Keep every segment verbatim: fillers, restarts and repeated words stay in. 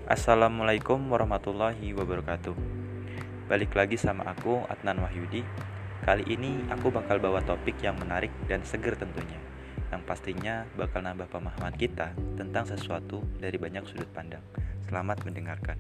Assalamualaikum warahmatullahi wabarakatuh. Balik lagi sama aku, Adnan Wahyudi. Kali ini aku bakal bawa topik yang menarik dan seger tentunya, yang pastinya bakal nambah pemahaman kita tentang sesuatu dari banyak sudut pandang. Selamat mendengarkan.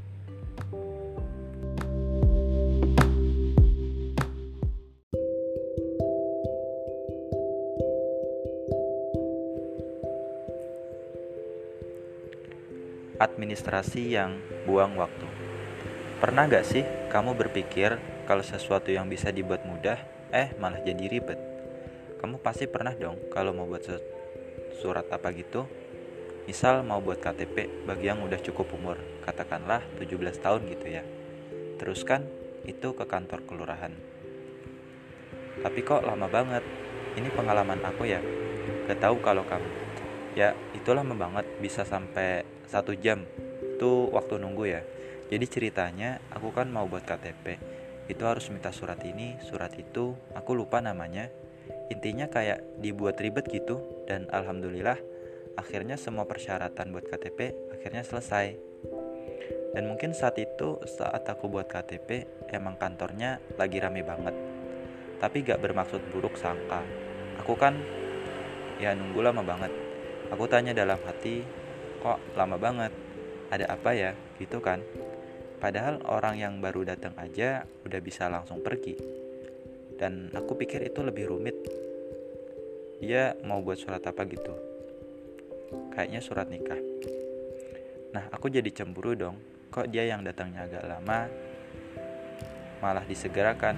Administrasi yang buang waktu. Pernah gak sih kamu berpikir kalau sesuatu yang bisa dibuat mudah, eh malah jadi ribet? Kamu pasti pernah dong kalau mau buat surat apa gitu. Misal mau buat K T P bagi yang udah cukup umur, katakanlah tujuh belas tahun gitu ya. Terus kan itu ke kantor kelurahan. Tapi kok lama banget? Ini pengalaman aku ya. Gak tahu kalau kamu. Ya itu lama banget, bisa sampai satu jam. Itu waktu nunggu ya. Jadi ceritanya aku kan mau buat K T P. Itu harus minta surat ini, surat itu. Aku lupa namanya. Intinya kayak dibuat ribet gitu. Dan alhamdulillah akhirnya semua persyaratan buat K T P akhirnya selesai. Dan mungkin saat itu, saat aku buat K T P, emang kantornya lagi rame banget. Tapi gak bermaksud buruk sangka. Aku kan ya nunggu lama banget. Aku tanya dalam hati, kok lama banget? Ada apa ya? Gitu kan. Padahal orang yang baru datang aja udah bisa langsung pergi. Dan aku pikir itu lebih rumit. Dia mau buat surat apa gitu? Kayaknya surat nikah. Nah, aku jadi cemburu dong. Kok dia yang datangnya agak lama malah disegerakan?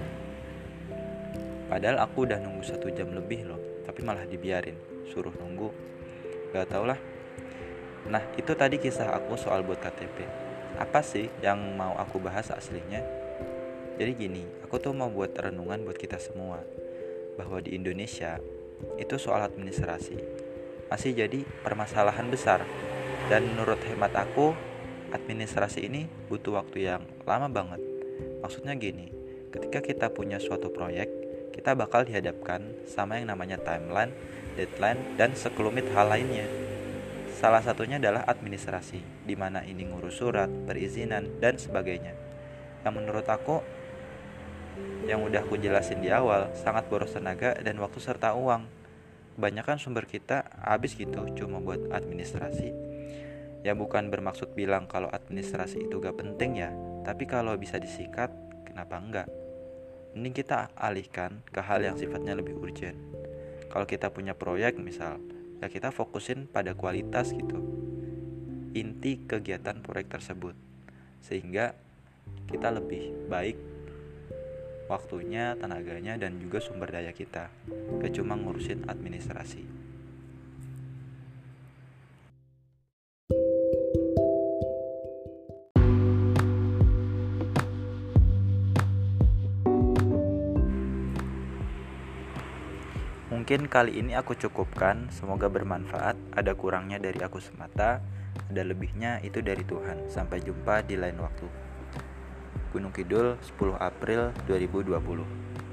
Padahal aku udah nunggu satu jam lebih loh, tapi malah dibiarin, suruh nunggu. Gak tau lah. Nah, itu tadi kisah aku soal buat K T P. Apa sih yang mau aku bahas aslinya? Jadi gini, aku tuh mau buat renungan buat kita semua, bahwa di Indonesia itu soal administrasi masih jadi permasalahan besar. Dan menurut hemat aku, administrasi ini butuh waktu yang lama banget. Maksudnya gini, ketika kita punya suatu proyek, kita bakal dihadapkan sama yang namanya timeline, deadline, dan sekelumit hal lainnya. Salah satunya adalah administrasi, di mana ini ngurus surat, perizinan, dan sebagainya. Yang menurut aku, yang udah aku jelasin di awal, sangat boros tenaga dan waktu serta uang. Kebanyakan sumber kita habis gitu cuma buat administrasi. Ya bukan bermaksud bilang kalau administrasi itu gak penting ya, tapi kalau bisa disikat, kenapa enggak? Mending kita alihkan ke hal yang sifatnya lebih urgent. Kalau kita punya proyek misal, ya kita fokusin pada kualitas gitu, inti kegiatan proyek tersebut, sehingga kita lebih baik waktunya, tenaganya, dan juga sumber daya kita, gak cuma ngurusin administrasi. Mungkin kali ini aku cukupkan, semoga bermanfaat. Ada kurangnya dari aku semata, ada lebihnya itu dari Tuhan. Sampai jumpa di lain waktu. Gunung Kidul, sepuluh April dua ribu dua puluh.